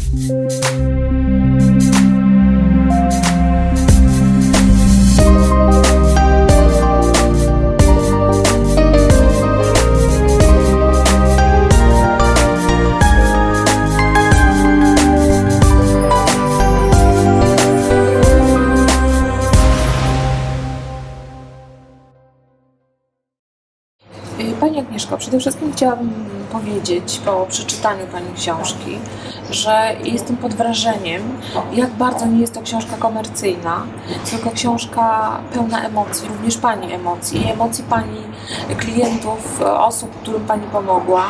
Pani Agnieszko, przede wszystkim chciałabym powiedzieć po przeczytaniu Pani książki, że jestem pod wrażeniem, jak bardzo nie jest to książka komercyjna, tylko książka pełna emocji, również Pani emocji i emocji Pani klientów, osób, którym Pani pomogła.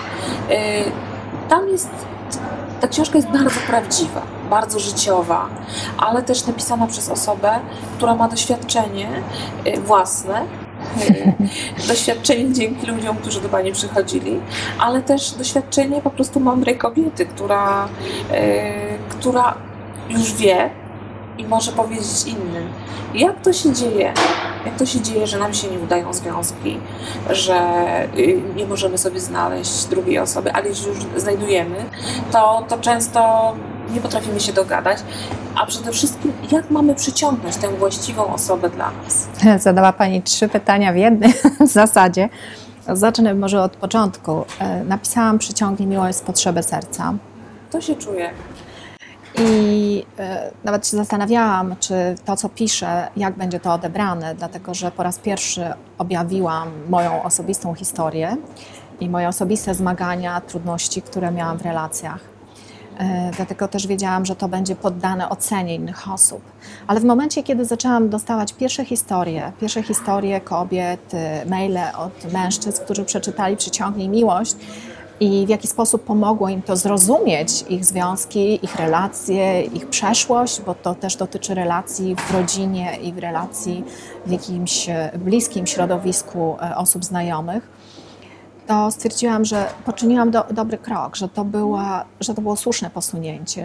Ta książka jest bardzo prawdziwa, bardzo życiowa, ale też napisana przez osobę, która ma doświadczenie własne, doświadczenie dzięki ludziom, którzy do Pani przychodzili, ale też doświadczenie po prostu mądrej kobiety, która już wie i może powiedzieć innym, jak to się dzieje. Jak to się dzieje, że nam się nie udają związki, że nie możemy sobie znaleźć drugiej osoby, ale jeśli już znajdujemy, to często nie potrafimy się dogadać, a przede wszystkim jak mamy przyciągnąć tę właściwą osobę dla nas. Zadała Pani 3 pytania w jednym w zasadzie. Zacznę może od początku. Napisałam "Przyciągnij miłość z potrzeby serca". To się czuje. I nawet się zastanawiałam, czy to, co piszę, jak będzie to odebrane, dlatego że po raz pierwszy objawiłam moją osobistą historię i moje osobiste zmagania, trudności, które miałam w relacjach. Dlatego też wiedziałam, że to będzie poddane ocenie innych osób. Ale w momencie, kiedy zaczęłam dostawać pierwsze historie kobiet, maile od mężczyzn, którzy przeczytali "Przyciągnij miłość", i w jaki sposób pomogło im to zrozumieć ich związki, ich relacje, ich przeszłość, bo to też dotyczy relacji w rodzinie i w relacji w jakimś bliskim środowisku osób znajomych, to stwierdziłam, że poczyniłam dobry krok, że to było słuszne posunięcie,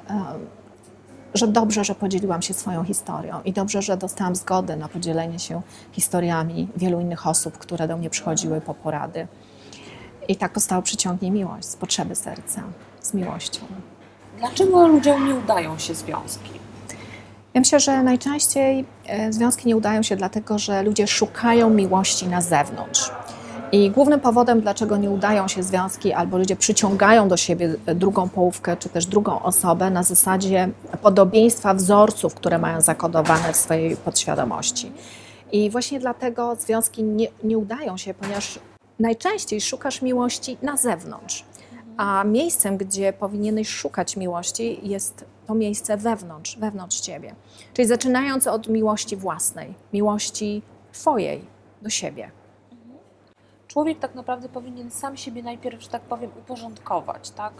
że dobrze, że podzieliłam się swoją historią i dobrze, że dostałam zgodę na podzielenie się historiami wielu innych osób, które do mnie przychodziły po porady. I tak powstało "Przyciągnij miłość" z potrzeby serca, z miłością. Dlaczego ludziom nie udają się związki? Ja myślę, że najczęściej związki nie udają się dlatego, że ludzie szukają miłości na zewnątrz. I głównym powodem, dlaczego nie udają się związki, albo ludzie przyciągają do siebie drugą połówkę, czy też drugą osobę na zasadzie podobieństwa wzorców, które mają zakodowane w swojej podświadomości. I właśnie dlatego związki nie udają się, ponieważ najczęściej szukasz miłości na zewnątrz, a miejscem, gdzie powinieneś szukać miłości, jest to miejsce wewnątrz ciebie. Czyli zaczynając od miłości własnej, miłości twojej do siebie. Człowiek tak naprawdę powinien sam siebie najpierw, że tak powiem, uporządkować, tak?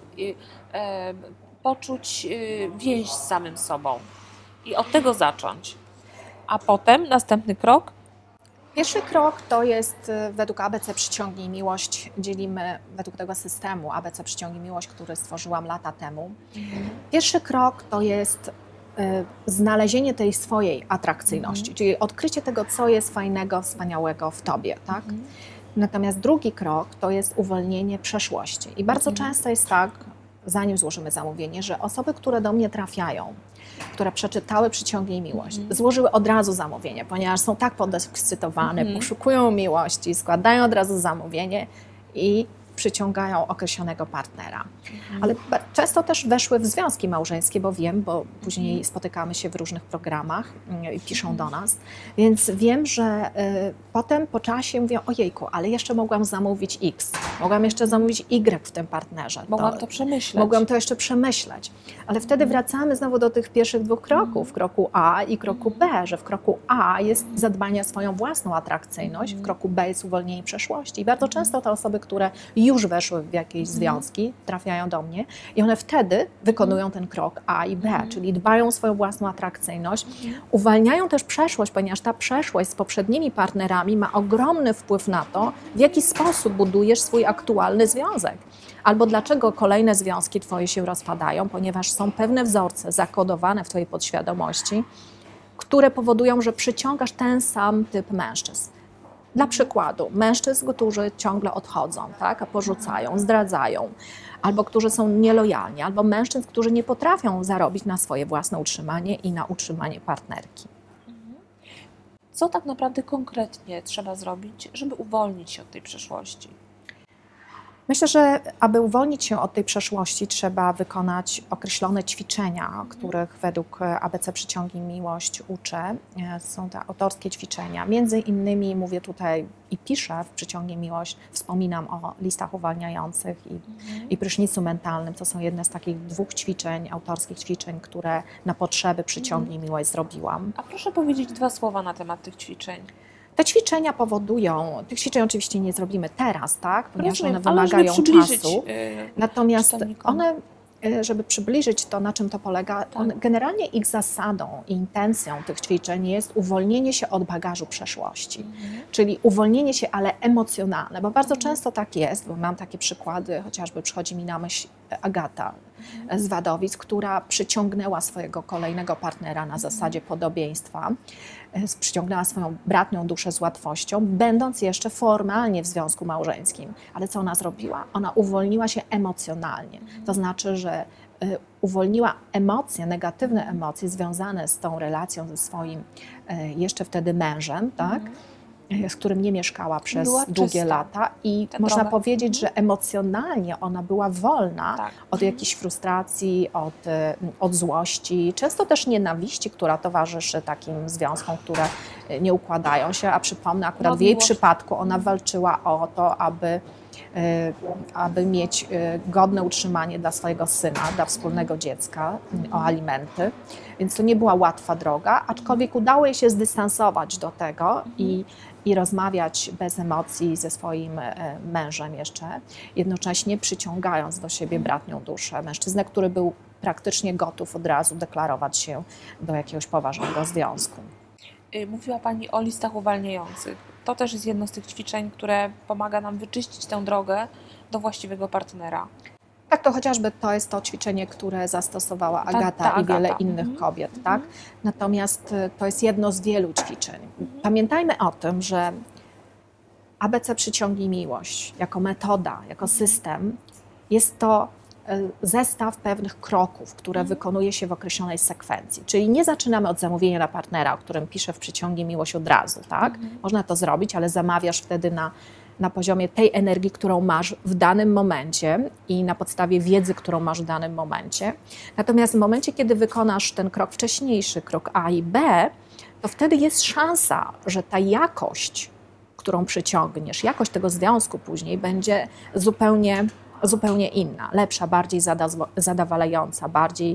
Poczuć więź z samym sobą i od tego zacząć. A potem następny krok? Pierwszy krok to jest według ABC Przyciągnij Miłość, dzielimy według tego systemu ABC Przyciągnij Miłość, który stworzyłam lata temu. Pierwszy krok to jest znalezienie tej swojej atrakcyjności, czyli odkrycie tego, co jest fajnego, wspaniałego w tobie, tak? Natomiast drugi krok to jest uwolnienie przeszłości. I bardzo często jest tak, zanim złożymy zamówienie, że osoby, które do mnie trafiają, które przeczytały Przyciągnij miłość, złożyły od razu zamówienie, ponieważ są tak podekscytowane, poszukują miłości, składają od razu zamówienie i przyciągają określonego partnera. Ale często też weszły w związki małżeńskie, bo później spotykamy się w różnych programach i piszą do nas, więc wiem, że potem po czasie mówią: ojejku, ale jeszcze mogłam zamówić X, mogłam jeszcze zamówić Y w tym partnerze. Mogłam to przemyśleć. Mogłam to jeszcze przemyśleć. Ale wtedy wracamy znowu do tych pierwszych 2 kroków, kroku A i kroku B, że w kroku A jest zadbanie o swoją własną atrakcyjność, w kroku B jest uwolnienie przeszłości. I bardzo często te osoby, które już weszły w jakieś związki, trafiają do mnie i one wtedy wykonują ten krok A i B, czyli dbają o swoją własną atrakcyjność, uwalniają też przeszłość, ponieważ ta przeszłość z poprzednimi partnerami ma ogromny wpływ na to, w jaki sposób budujesz swój aktualny związek. Albo dlaczego kolejne związki twoje się rozpadają, ponieważ są pewne wzorce zakodowane w twojej podświadomości, które powodują, że przyciągasz ten sam typ mężczyzn. Dla przykładu, mężczyzn, którzy ciągle odchodzą, tak, a porzucają, zdradzają, albo którzy są nielojalni, albo mężczyzn, którzy nie potrafią zarobić na swoje własne utrzymanie i na utrzymanie partnerki. Co tak naprawdę konkretnie trzeba zrobić, żeby uwolnić się od tej przeszłości? Myślę, że aby uwolnić się od tej przeszłości, trzeba wykonać określone ćwiczenia, których według ABC Przyciągi Miłość uczę. Są to autorskie ćwiczenia. Między innymi mówię tutaj i piszę w Przyciągnie Miłość, wspominam o listach uwalniających i prysznicu mentalnym. To są jedne z takich 2 ćwiczeń, autorskich ćwiczeń, które na potrzeby Przyciągnie Miłość zrobiłam. A proszę powiedzieć 2 słowa na temat tych ćwiczeń. Te ćwiczenia powodują, tych ćwiczeń oczywiście nie zrobimy teraz, tak, ponieważ one ale wymagają żeby przybliżyć, czasu. Natomiast czytelnikom. one, żeby przybliżyć to, na czym to polega, generalnie ich zasadą i intencją tych ćwiczeń jest uwolnienie się od bagażu przeszłości. Czyli uwolnienie się, ale emocjonalne, bo bardzo często tak jest, bo mam takie przykłady, chociażby przychodzi mi na myśl Agata z Wadowic, która przyciągnęła swojego kolejnego partnera na zasadzie podobieństwa, przyciągnęła swoją bratnią duszę z łatwością, będąc jeszcze formalnie w związku małżeńskim. Ale co ona zrobiła? Ona uwolniła się emocjonalnie. To znaczy, że uwolniła emocje, negatywne emocje związane z tą relacją ze swoim jeszcze wtedy mężem, tak? Z którym nie mieszkała przez długie lata i można powiedzieć, że emocjonalnie ona była wolna od jakiejś frustracji, od złości, często też nienawiści, która towarzyszy takim związkom, które nie układają się, a przypomnę, akurat w jej przypadku ona walczyła o to, aby mieć godne utrzymanie dla swojego syna, dla wspólnego dziecka, o alimenty. Więc to nie była łatwa droga, aczkolwiek udało jej się zdystansować do tego i rozmawiać bez emocji ze swoim mężem jeszcze, jednocześnie przyciągając do siebie bratnią duszę, mężczyznę, który był praktycznie gotów od razu deklarować się do jakiegoś poważnego związku. Mówiła Pani o listach uwalniających. To też jest jedno z tych ćwiczeń, które pomaga nam wyczyścić tę drogę do właściwego partnera. Tak, to chociażby to jest to ćwiczenie, które zastosowała Agata i wiele innych kobiet. Tak? Natomiast to jest jedno z wielu ćwiczeń. Pamiętajmy o tym, że ABC Przyciągi Miłość jako metoda, jako system jest to zestaw pewnych kroków, które wykonuje się w określonej sekwencji. Czyli nie zaczynamy od zamówienia na partnera, o którym piszę w Przyciągi Miłość od razu. Tak? Można to zrobić, ale zamawiasz wtedy na poziomie tej energii, którą masz w danym momencie i na podstawie wiedzy, którą masz w danym momencie. Natomiast w momencie, kiedy wykonasz ten krok wcześniejszy, krok A i B, to wtedy jest szansa, że ta jakość, którą przyciągniesz, jakość tego związku później będzie zupełnie inna, lepsza, bardziej zadowalająca, bardziej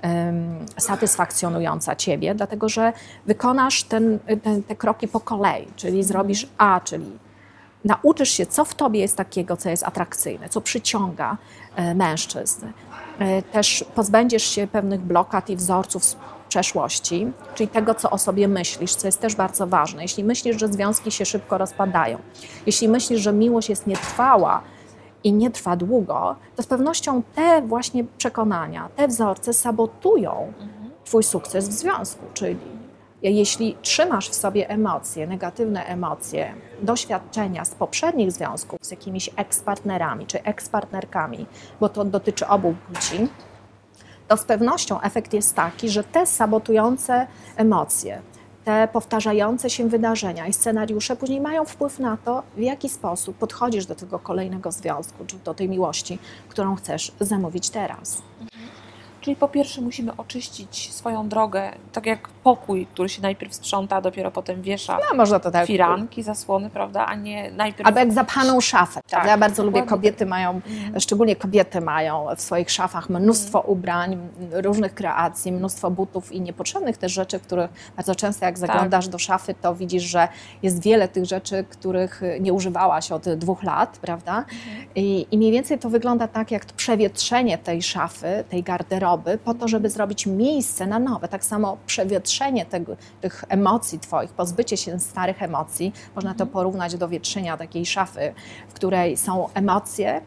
satysfakcjonująca Ciebie, dlatego że wykonasz te kroki po kolei, czyli zrobisz A, czyli nauczysz się, co w tobie jest takiego, co jest atrakcyjne, co przyciąga mężczyzn. Też pozbędziesz się pewnych blokad i wzorców z przeszłości, czyli tego, co o sobie myślisz, co jest też bardzo ważne. Jeśli myślisz, że związki się szybko rozpadają, jeśli myślisz, że miłość jest nietrwała i nie trwa długo, to z pewnością te właśnie przekonania, te wzorce sabotują twój sukces w związku, czyli jeśli trzymasz w sobie emocje, negatywne emocje, doświadczenia z poprzednich związków z jakimiś ekspartnerami czy ekspartnerkami, bo to dotyczy obu płci, to z pewnością efekt jest taki, że te sabotujące emocje, te powtarzające się wydarzenia i scenariusze później mają wpływ na to, w jaki sposób podchodzisz do tego kolejnego związku, czy do tej miłości, którą chcesz zamówić teraz. Czyli po pierwsze musimy oczyścić swoją drogę, tak jak pokój, który się najpierw sprząta, a dopiero potem wiesza można to tak firanki, zasłony, prawda, a nie najpierw... Albo jak zapchaną szafę. Tak, ja bardzo lubię, kobiety mają, szczególnie kobiety mają w swoich szafach mnóstwo ubrań, różnych kreacji, mnóstwo butów i niepotrzebnych też rzeczy, których bardzo często jak zaglądasz do szafy, to widzisz, że jest wiele tych rzeczy, których nie używałaś od 2 lat, prawda? I mniej więcej to wygląda tak, jak to przewietrzenie tej szafy, tej garderoby, po to, żeby zrobić miejsce na nowe. Tak samo przewietrzenie tych emocji twoich, pozbycie się starych emocji, można to porównać do wietrzenia takiej szafy, w której są emocje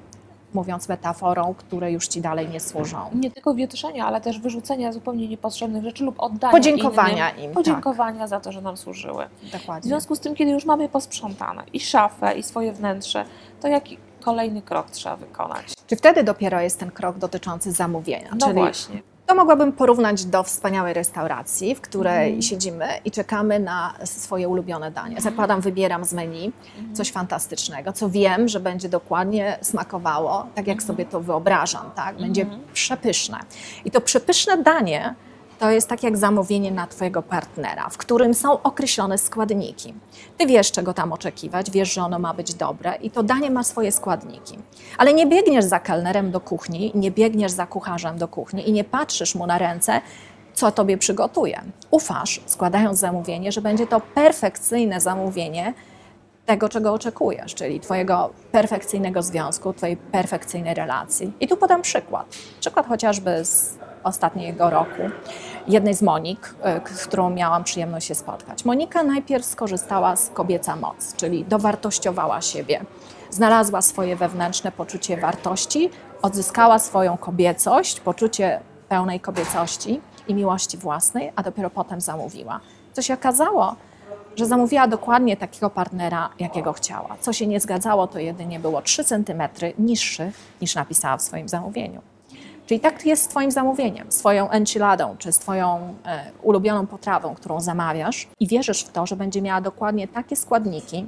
mówiąc metaforą, które już ci dalej nie służą. Nie tylko wietrzenia, ale też wyrzucenia zupełnie niepotrzebnych rzeczy lub oddania Podziękowania innym, im. podziękowania za to, że nam służyły. Dokładnie. W związku z tym, kiedy już mamy posprzątane i szafę, i swoje wnętrze, to jaki kolejny krok trzeba wykonać? Czy wtedy dopiero jest ten krok dotyczący zamówienia? No Czyli właśnie. to mogłabym porównać do wspaniałej restauracji, w której siedzimy i czekamy na swoje ulubione danie. Zakładam, wybieram z menu coś fantastycznego, co wiem, że będzie dokładnie smakowało, tak jak sobie to wyobrażam, tak? Będzie przepyszne. I to przepyszne danie to jest tak jak zamówienie na twojego partnera, w którym są określone składniki. Ty wiesz, czego tam oczekiwać, wiesz, że ono ma być dobre i to danie ma swoje składniki. Ale nie biegniesz za kelnerem do kuchni, nie biegniesz za kucharzem do kuchni i nie patrzysz mu na ręce, co tobie przygotuje. Ufasz, składając zamówienie, że będzie to perfekcyjne zamówienie tego, czego oczekujesz, czyli twojego perfekcyjnego związku, twojej perfekcyjnej relacji. I tu podam przykład. Przykład chociażby z ostatniego roku. Jednej z Monik, z którą miałam przyjemność się spotkać. Monika najpierw skorzystała z kobieca moc, czyli dowartościowała siebie. Znalazła swoje wewnętrzne poczucie wartości, odzyskała swoją kobiecość, poczucie pełnej kobiecości i miłości własnej, a dopiero potem zamówiła. Co się okazało, że zamówiła dokładnie takiego partnera, jakiego chciała. Co się nie zgadzało, to jedynie było 3 cm niższy, niż napisała w swoim zamówieniu. Czyli tak jest z twoim zamówieniem, swoją enchiladą, czy z twoją ulubioną potrawą, którą zamawiasz i wierzysz w to, że będzie miała dokładnie takie składniki,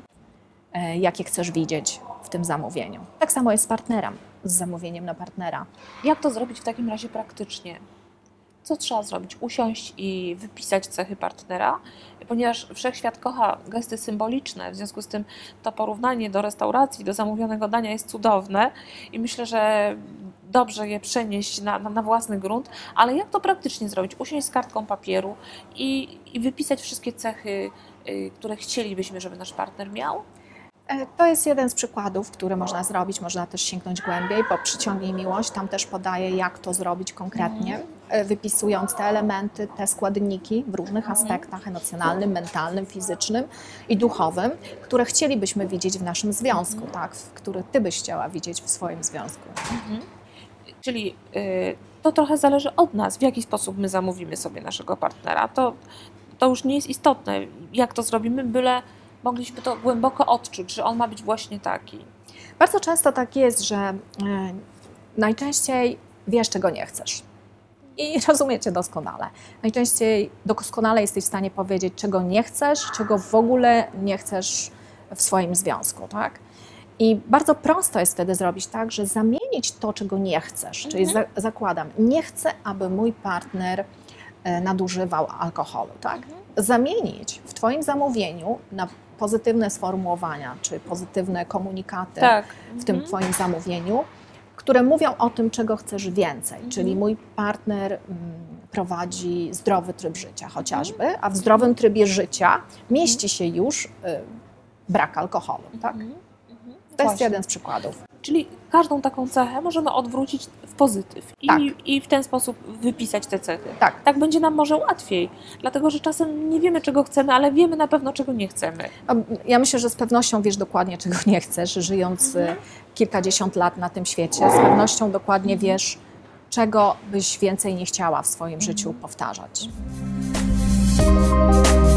jakie chcesz widzieć w tym zamówieniu. Tak samo jest z partnerem, z zamówieniem na partnera. Jak to zrobić w takim razie praktycznie? Co trzeba zrobić? Usiąść i wypisać cechy partnera, ponieważ wszechświat kocha gesty symboliczne, w związku z tym to porównanie do restauracji, do zamówionego dania jest cudowne i myślę, że dobrze je przenieść na własny grunt, ale jak to praktycznie zrobić? Usiąść z kartką papieru i wypisać wszystkie cechy, które chcielibyśmy, żeby nasz partner miał? To jest jeden z przykładów, który można zrobić, można też sięgnąć głębiej, bo Przyciągnij Miłość tam też podaje, jak to zrobić konkretnie, wypisując te elementy, te składniki w różnych aspektach emocjonalnym, mentalnym, fizycznym i duchowym, które chcielibyśmy widzieć w naszym związku, tak? Które ty byś chciała widzieć w swoim związku. Czyli to trochę zależy od nas, w jaki sposób my zamówimy sobie naszego partnera. To już nie jest istotne, jak to zrobimy, byle mogliśmy to głęboko odczuć, że on ma być właśnie taki. Bardzo często tak jest, że najczęściej wiesz, czego nie chcesz. I rozumiecie doskonale. Najczęściej doskonale jesteś w stanie powiedzieć, czego nie chcesz, czego w ogóle nie chcesz w swoim związku, tak? I bardzo prosto jest wtedy zrobić tak, że zamienić to, czego nie chcesz. Czyli zakładam, nie chcę, aby mój partner nadużywał alkoholu, tak? Zamienić w twoim zamówieniu na pozytywne sformułowania, czy pozytywne komunikaty w tym twoim zamówieniu, które mówią o tym, czego chcesz więcej. Czyli mój partner prowadzi zdrowy tryb życia chociażby, a w zdrowym trybie życia mieści się już brak alkoholu, tak? To jest jeden z przykładów. Czyli każdą taką cechę możemy odwrócić w pozytyw i w ten sposób wypisać te cechy. Tak będzie nam może łatwiej, dlatego że czasem nie wiemy, czego chcemy, ale wiemy na pewno, czego nie chcemy. Ja myślę, że z pewnością wiesz dokładnie, czego nie chcesz, żyjąc kilkadziesiąt lat na tym świecie. Z pewnością dokładnie wiesz, czego byś więcej nie chciała w swoim życiu powtarzać.